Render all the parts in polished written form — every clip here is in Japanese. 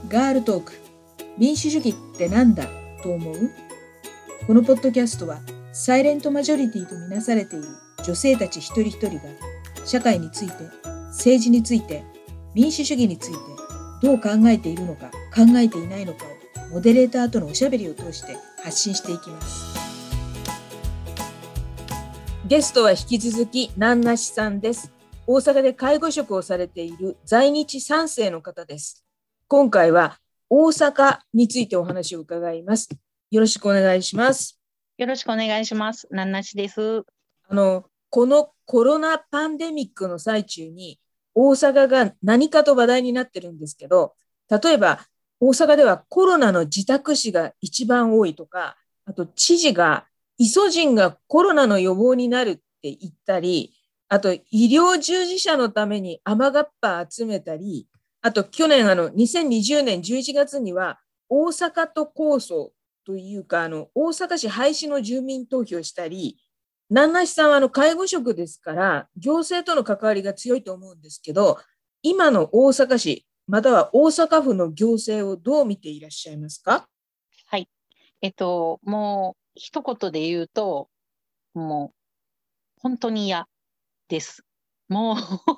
ガールトーク、民主主義ってなんだと思う？このポッドキャストはサイレントマジョリティとみなされている女性たち一人一人が社会について、政治について、民主主義についてどう考えているのか考えていないのかをモデレーターとのおしゃべりを通して発信していきます。ゲストは引き続き南梨さんです。大阪で介護職をされている在日3世の方です。今回は大阪についてお話を伺います。よろしくお願いします。 よろしくお願いします。南梨です。 このコロナパンデミックの最中に大阪が何かと話題になってるんですけど、例えば大阪ではコロナの自宅死が一番多いとか、あと知事がイソジンがコロナの予防になるって言ったり、あと医療従事者のために雨がっぱ集めたり、あと去年2020年11月には大阪都構想というか大阪市廃止の住民投票したり、南梨さんは介護職ですから行政との関わりが強いと思うんですけど、今の大阪市または大阪府の行政をどう見ていらっしゃいますか？ はい。もう一言で言うと、もう本当に嫌です。も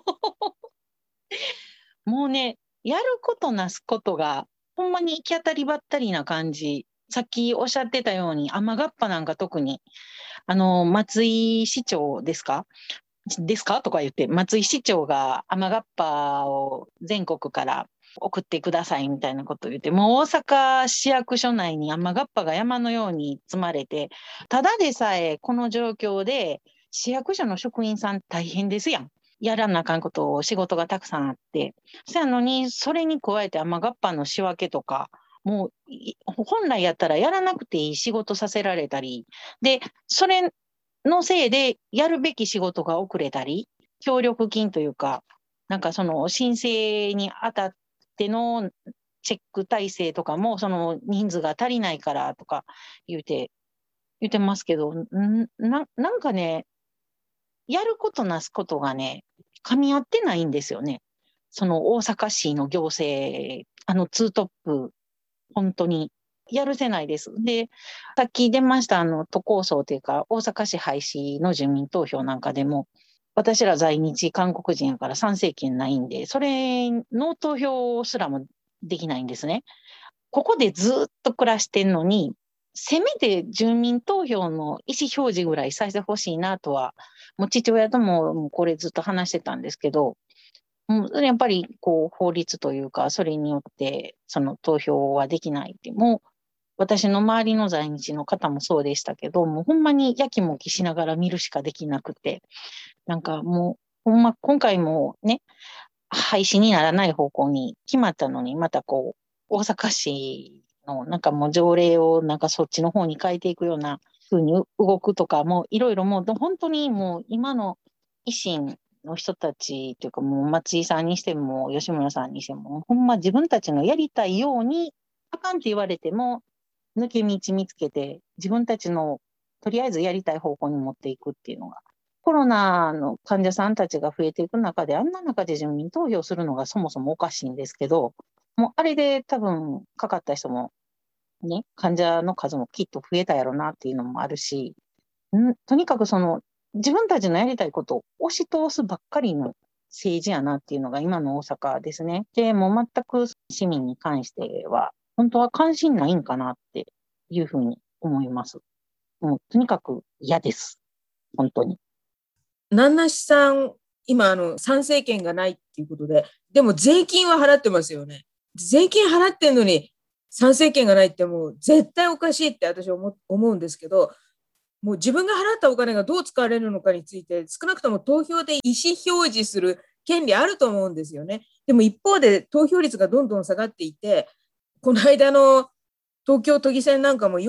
うね、やることなすことがほんまに行き当たりばったりな感じ。さっきおっしゃってたように雨がっぱなんか特に松井市長ですかとか言って、松井市長が雨がっぱを全国から送ってくださいみたいなことを言って、もう大阪市役所内に雨がっぱが山のように積まれて、ただでさえこの状況で市役所の職員さん大変ですやん。やらなあかんことを仕事がたくさんあって。そやのに、それに加えて雨がっぱの仕分けとか、もう本来やったらやらなくていい仕事させられたり、で、それのせいでやるべき仕事が遅れたり、協力金というか、なんかその申請にあたってのチェック体制とかも、その人数が足りないからとか言ってますけど、なんかね、やることなすことがね、噛み合ってないんですよね。その大阪市の行政、ツートップ、本当にやるせないです。で、さっき出ました都構想というか、大阪市廃止の住民投票なんかでも、私ら在日韓国人やから参政権ないんで、それの投票すらもできないんですね。ここでずっと暮らしてんのに、せめて住民投票の意思表示ぐらいさせてほしいなとは、もう父親ともこれずっと話してたんですけど、やっぱりこう法律というか、それによってその投票はできないって、もう私の周りの在日の方もそうでしたけど、もうほんまにやきもきしながら見るしかできなくて、なんかもうほんま今回もね、廃止にならない方向に決まったのに、またこう、大阪市のなんかもう条例をなんかそっちの方に変えていくような風に動くとか、もういろいろもう本当にもう今の維新の人たちというかもう松井さんにしても吉村さんにしても、ほんま自分たちのやりたいように、あかんって言われても抜け道見つけて自分たちのとりあえずやりたい方向に持っていくっていうのが、コロナの患者さんたちが増えていく中で、あんな中で住民投票するのがそもそもおかしいんですけど、もうあれで多分かかった人もね、患者の数もきっと増えたやろなっていうのもあるし、とにかくその自分たちのやりたいことを押し通すばっかりの政治やなっていうのが今の大阪ですね。で、もう全く市民に関しては、本当は関心ないんかなっていうふうに思います。もうとにかく嫌です。本当に。 南梨さん、今参政権がないっていうことで、でも税金は払ってますよね。税金払ってんのに参政権がないってもう絶対おかしいって私は思うんですけど、もう自分が払ったお金がどう使われるのかについて少なくとも投票で意思表示する権利あると思うんですよね。でも一方で投票率がどんどん下がっていて、この間の東京都議選なんかも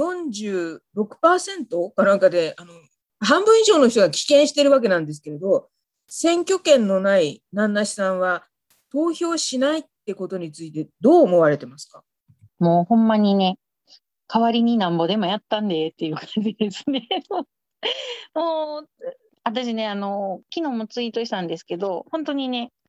46%かなんかで半分以上の人が棄権してるわけなんですけれど、選挙権のない南梨さんは投票しないってことについてどう思われてますか？ もうほんまにね、代わりになんぼでもやったんでっていう感じですね。もう私ね、昨日もツイートしたんですけど、本当にね、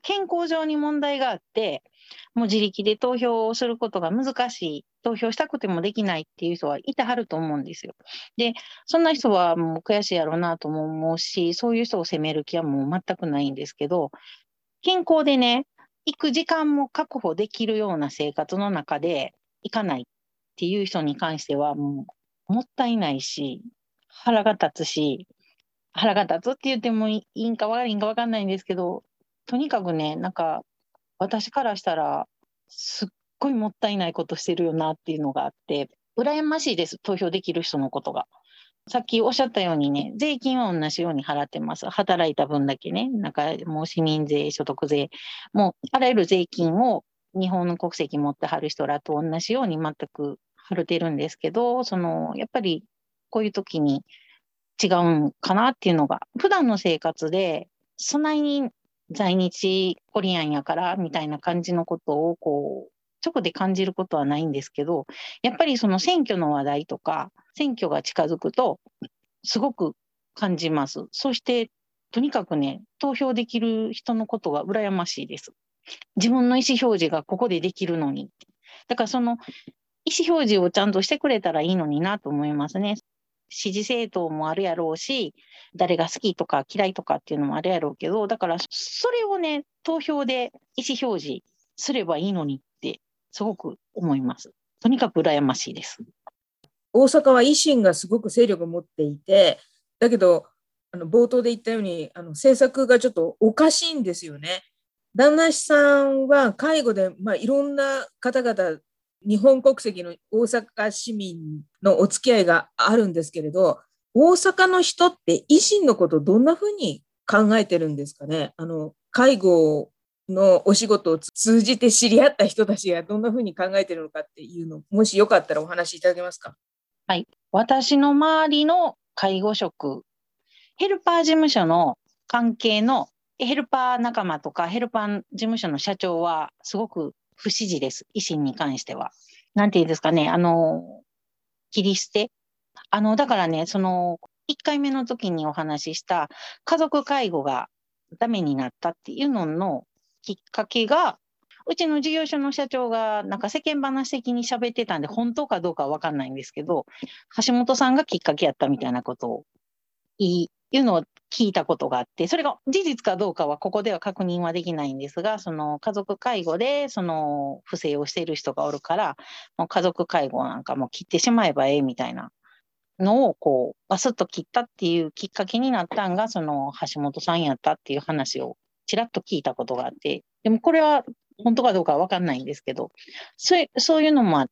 健康上に問題があって、もう自力で投票をすることが難しい、投票したくてもできないっていう人はいてはると思うんですよ。で、そんな人はもう悔しいやろうなとも思うし、そういう人を責める気はもう全くないんですけど、健康でね、行く時間も確保できるような生活の中で行かないっていう人に関しては、もうもったいないし、腹が立つし、腹が立つって言ってもいいんか悪いんか分かんないんですけど、とにかくね、なんか私からしたら、すっごいもったいないことしてるよなっていうのがあって、羨ましいです、投票できる人のことが。さっきおっしゃったようにね、税金は同じように払ってます。働いた分だけね、なんかもう市民税、所得税、もうあらゆる税金を日本の国籍持ってはる人らと同じように全く払ってるんですけど、やっぱりこういう時に違うんかなっていうのが、普段の生活で、そないに在日コリアンやからみたいな感じのことを直で感じることはないんですけど、やっぱりその選挙の話題とか、選挙が近づくと、すごく感じます。そして、とにかくね、投票できる人のことが羨ましいです。自分の意思表示がここでできるのに。だからその意思表示をちゃんとしてくれたらいいのになと思いますね。支持政党もあるやろうし、誰が好きとか嫌いとかっていうのもあるやろうけど、だからそれをね、投票で意思表示すればいいのにってすごく思います。とにかく羨ましいです。 大阪は維新がすごく勢力を持っていて、だけど、冒頭で言ったように、政策がちょっとおかしいんですよね。旦那さんは介護で、いろんな方々、日本国籍の大阪市民のお付き合いがあるんですけれど、大阪の人って維新のことどんなふうに考えてるんですかね。介護のお仕事を通じて知り合った人たちがどんなふうに考えてるのかっていうの、もしよかったらお話しいただけますか。 はい。私の周りの介護職、ヘルパー事務所の関係のヘルパー仲間とかヘルパー事務所の社長はすごく不支持です。維新に関しては。なんていうんですかね、切り捨て。だからね、1回目の時にお話しした家族介護がダメになったっていうののきっかけが、うちの事業所の社長がなんか世間話的に喋ってたんで、本当かどうかはわかんないんですけど、橋本さんがきっかけやったみたいなことをいうのを聞いたことがあって、それが事実かどうかはここでは確認はできないんですが、その家族介護でその不正をしている人がおるから、もう家族介護なんかもう切ってしまえばええみたいなのをバスッと切ったっていうきっかけになったんが、その橋本さんやったっていう話をちらっと聞いたことがあって、でもこれは本当かどうかはわかんないんですけど、そういうのもあって、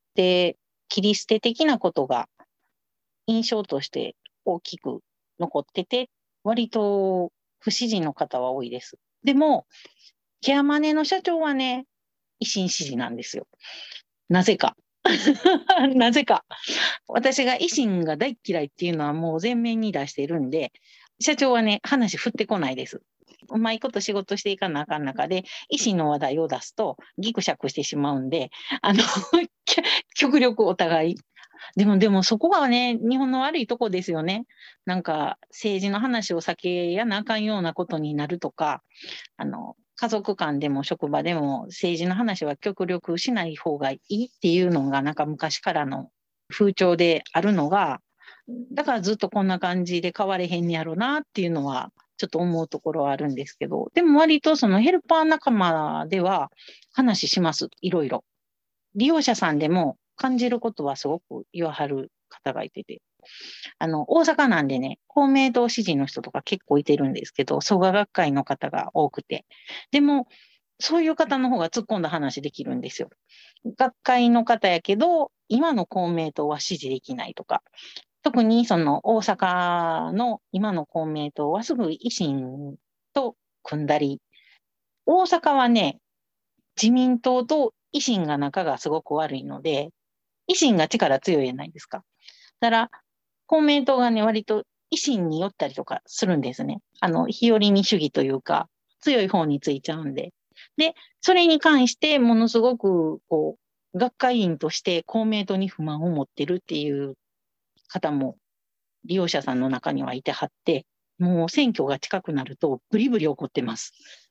切り捨て的なことが印象として大きく残ってて、割と不支持の方は多いです。でも、ケアマネの社長はね、維新支持なんですよ。なぜか。なぜか。私が維新が大嫌いっていうのはもう前面に出しているんで、社長はね、話振ってこないです。うまいこと仕事していかなあかん中で、維新の話題を出すとギクシャクしてしまうんで、極力お互いでもそこがね、日本の悪いとこですよね。なんか政治の話を避けやなあかんようなことになるとか、家族間でも職場でも政治の話は極力しない方がいいっていうのがなんか昔からの風潮であるのが、だからずっとこんな感じで変われへんやろなっていうのはちょっと思うところはあるんですけど、でも割とそのヘルパー仲間では話します、いろいろ。利用者さんでも感じることはすごく言わはる方がいてて。大阪なんでね、公明党支持の人とか結構いてるんですけど、創価学会の方が多くて。でも、そういう方の方が突っ込んだ話できるんですよ。学会の方やけど、今の公明党は支持できないとか、特にその大阪の今の公明党はすぐ維新と組んだり、大阪はね、自民党と維新が仲がすごく悪いので、維新が力強いじゃないですか。だから、公明党がね、割と維新に寄ったりとかするんですね。日和見主義というか、強い方についちゃうんで。で、それに関して、ものすごく、学会員として公明党に不満を持ってるっていう方も、利用者さんの中にはいてはって、もう選挙が近くなると、ブリブリ怒ってます。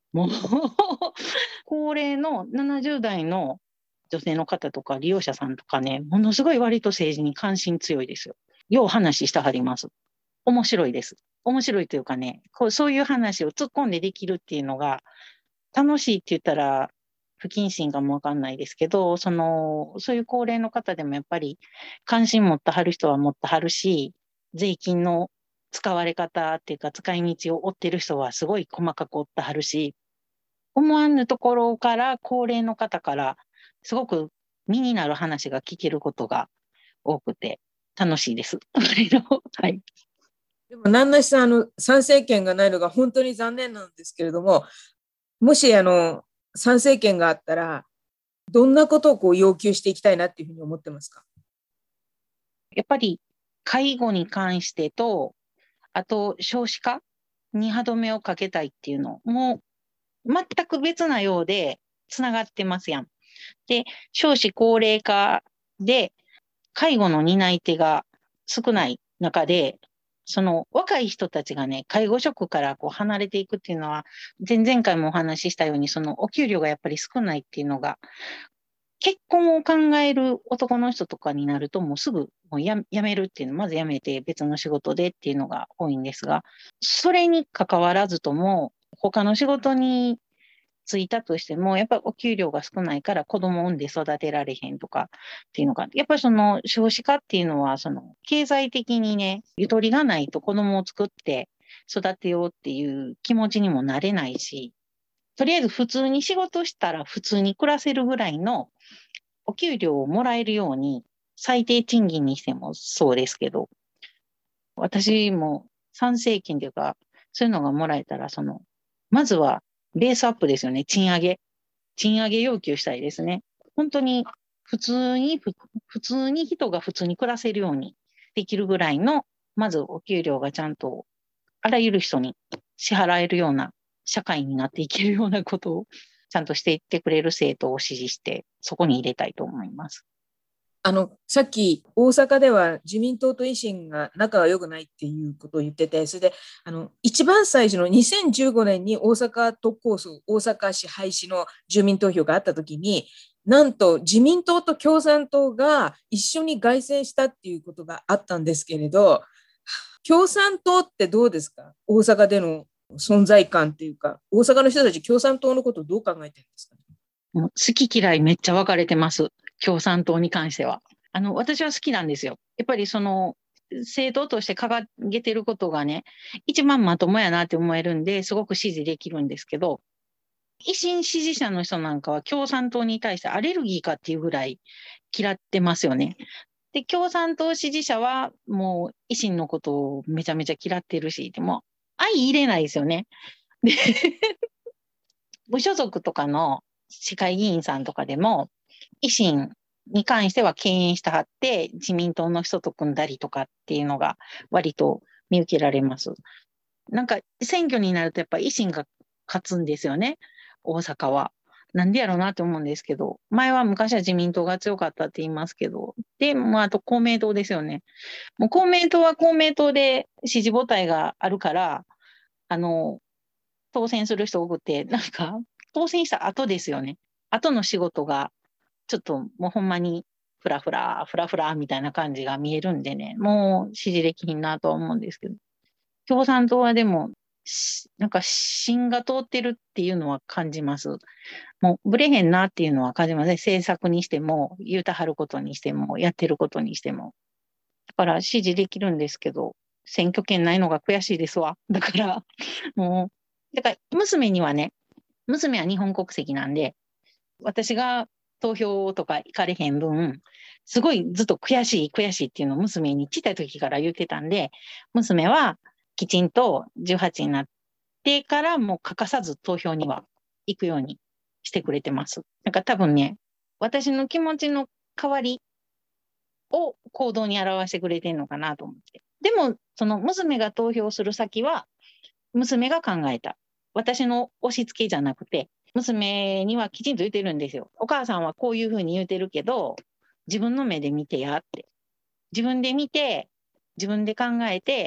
もう高齢の70代の女性の方とか利用者さんとかね、ものすごい割と政治に関心強いですよ。よう話したはります。面白いです。面白いというかね、そういう話を突っ込んでできるっていうのが、楽しいって言ったら不謹慎かもわかんないですけど、そういう高齢の方でもやっぱり関心持ってはる人は持ってはるし、税金の使われ方っていうか使い道を追ってる人はすごい細かく追ってはるし、思わぬところから高齢の方からすごく身になる話が聞けることが多くて楽しいです。はい。 でも、南梨さん、参政権がないのが本当に残念なんですけれども、もし、参政権があったら、どんなことをこう要求していきたいなっていうふうに思ってますか？ やっぱり介護に関してと、あと少子化に歯止めをかけたいっていうのも全く別なようでつながってますやん。で、少子高齢化で介護の担い手が少ない中で、その若い人たちがね、介護職からこう離れていくっていうのは、前々回もお話ししたように、そのお給料がやっぱり少ないっていうのが、結婚を考える男の人とかになると、もうすぐもうやめるっていうの、まずやめて別の仕事でっていうのが多いんですが、それに関わらずとも、他の仕事についたとしても、やっぱりお給料が少ないから子供を産んで育てられへんとかっていうのが、やっぱりその少子化っていうのは、その経済的にね、ゆとりがないと子供を作って育てようっていう気持ちにもなれないし、とりあえず普通に仕事したら普通に暮らせるぐらいのお給料をもらえるように、最低賃金にしてもそうですけど、私も参政権というか、そういうのがもらえたら、まずはベースアップですよね、賃上げ。賃上げ要求したいですね。本当に普通に人が普通に暮らせるようにできるぐらいの、まずお給料がちゃんとあらゆる人に支払えるような社会になっていけるようなことをちゃんとしていってくれる政党を支持して、そこに入れたいと思います。 さっき大阪では自民党と維新が仲が良くないっていうことを言ってて、それで一番最初の2015年に大阪都構想、大阪市廃止の住民投票があったときに、なんと自民党と共産党が一緒に凱旋したっていうことがあったんですけれど、共産党ってどうですか？大阪での存在感っていうか、大阪の人たち共産党のことをどう考えてるんですかね？ もう好き嫌いめっちゃ分かれてます。共産党に関しては。私は好きなんですよ。やっぱり政党として掲げてることがね、一番まともやなって思えるんで、すごく支持できるんですけど、維新支持者の人なんかは共産党に対してアレルギーかっていうぐらい嫌ってますよね。で、共産党支持者はもう維新のことをめちゃめちゃ嫌ってるし、でも相入れないですよね。で、無所属とかの市会議員さんとかでも、維新に関しては敬遠したはって、自民党の人と組んだりとかっていうのが割と見受けられます。なんか選挙になるとやっぱ維新が勝つんですよね、大阪は。なんでやろうなって思うんですけど、昔は自民党が強かったって言いますけど、で、あと公明党ですよね。もう公明党は公明党で支持母体があるから、あの、当選する人多くて、なんか、当選した後ですよね。後の仕事が、ちょっともうほんまに、フラフラみたいな感じが見えるんでね、もう支持できひんなとは思うんですけど。共産党はでも、なんか芯が通ってるっていうのは感じます。もうブレへんなっていうのは感じますね。政策にしても、言うたはることにしても、やってることにしても。だから支持できるんですけど、選挙権ないのが悔しいですわ。だから、もう、だから娘にはね、娘は日本国籍なんで、私が投票とか行かれへん分、すごいずっと悔しいっていうのを娘にちっちゃい時から言ってたんで、娘はきちんと18になってからも欠かさず投票には行くようにしてくれてます。なんか多分ね、私の気持ちの代わりを行動に表してくれてるのかなと思って。でも、その娘が投票する先は、娘が考えた。私の押し付けじゃなくて、娘にはきちんと言ってるんですよ。お母さんはこういうふうに言うてるけど、自分の目で見てやって。自分で見て、自分で考えて、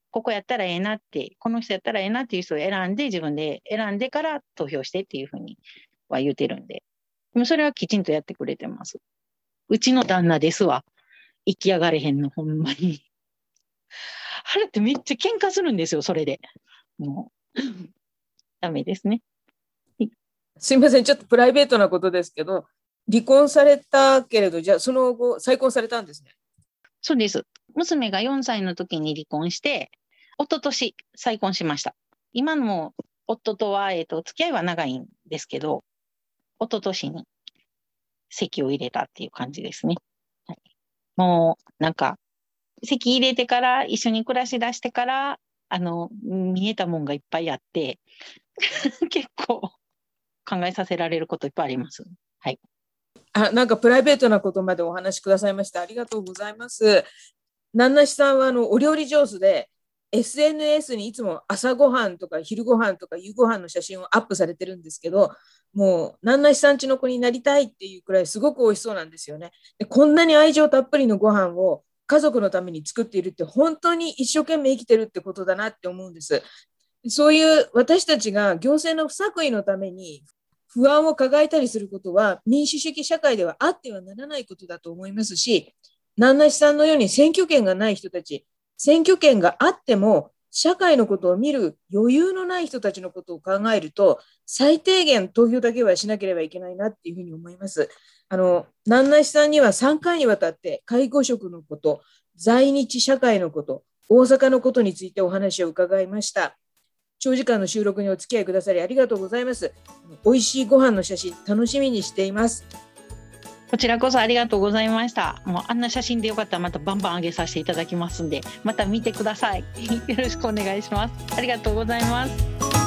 ここやったらええなって、この人やったらええなっていう人を選んで、自分で選んでから投票してっていうふうには言うてるんで。でもそれはきちんとやってくれてます。うちの旦那ですわ。生き上がれへんの、ほんまに。あれってめっちゃ喧嘩するんですよ、それで。もう、ダメですね。 すいません、ちょっとプライベートなことですけど、離婚されたけれど、じゃあその後、再婚されたんですね。 そうです。娘が4歳の時に離婚して、一昨年再婚しました。今の夫とは、付き合いは長いんですけど、一昨年に籍を入れたっていう感じですね。はい、もう、なんか、籍入れてから、一緒に暮らし出してから、見えたもんがいっぱいあって、結構考えさせられることいっぱいあります。はい。 なんかプライベートなことまでお話しくださいました。ありがとうございます。ナンナシさんはお料理上手で、SNS にいつも朝ごはんとか昼ごはんとか夕ごはんの写真をアップされてるんですけど、もうナンナシさん家の子になりたいっていうくらいすごく美味しそうなんですよね。でこんなに愛情たっぷりのご飯を家族のために作っているって本当に一生懸命生きてるってことだなって思うんです。そういう私たちが行政の不作為のために不安を抱えたりすることは民主主義社会ではあってはならないことだと思いますし、ナンナシさんのように選挙権がない人たち、選挙権があっても社会のことを見る余裕のない人たちのことを考えると、最低限投票だけはしなければいけないなっていうふうに思います。ナンナシさんには3回にわたって介護職のこと、在日社会のこと、大阪のことについてお話を伺いました。長時間の収録にお付き合いくださりありがとうございます。美味しいご飯の写真楽しみにしています。 こちらこそありがとうございました。もうあんな写真でよかったらまたバンバン上げさせていただきますんで、また見てください。よろしくお願いします。ありがとうございます。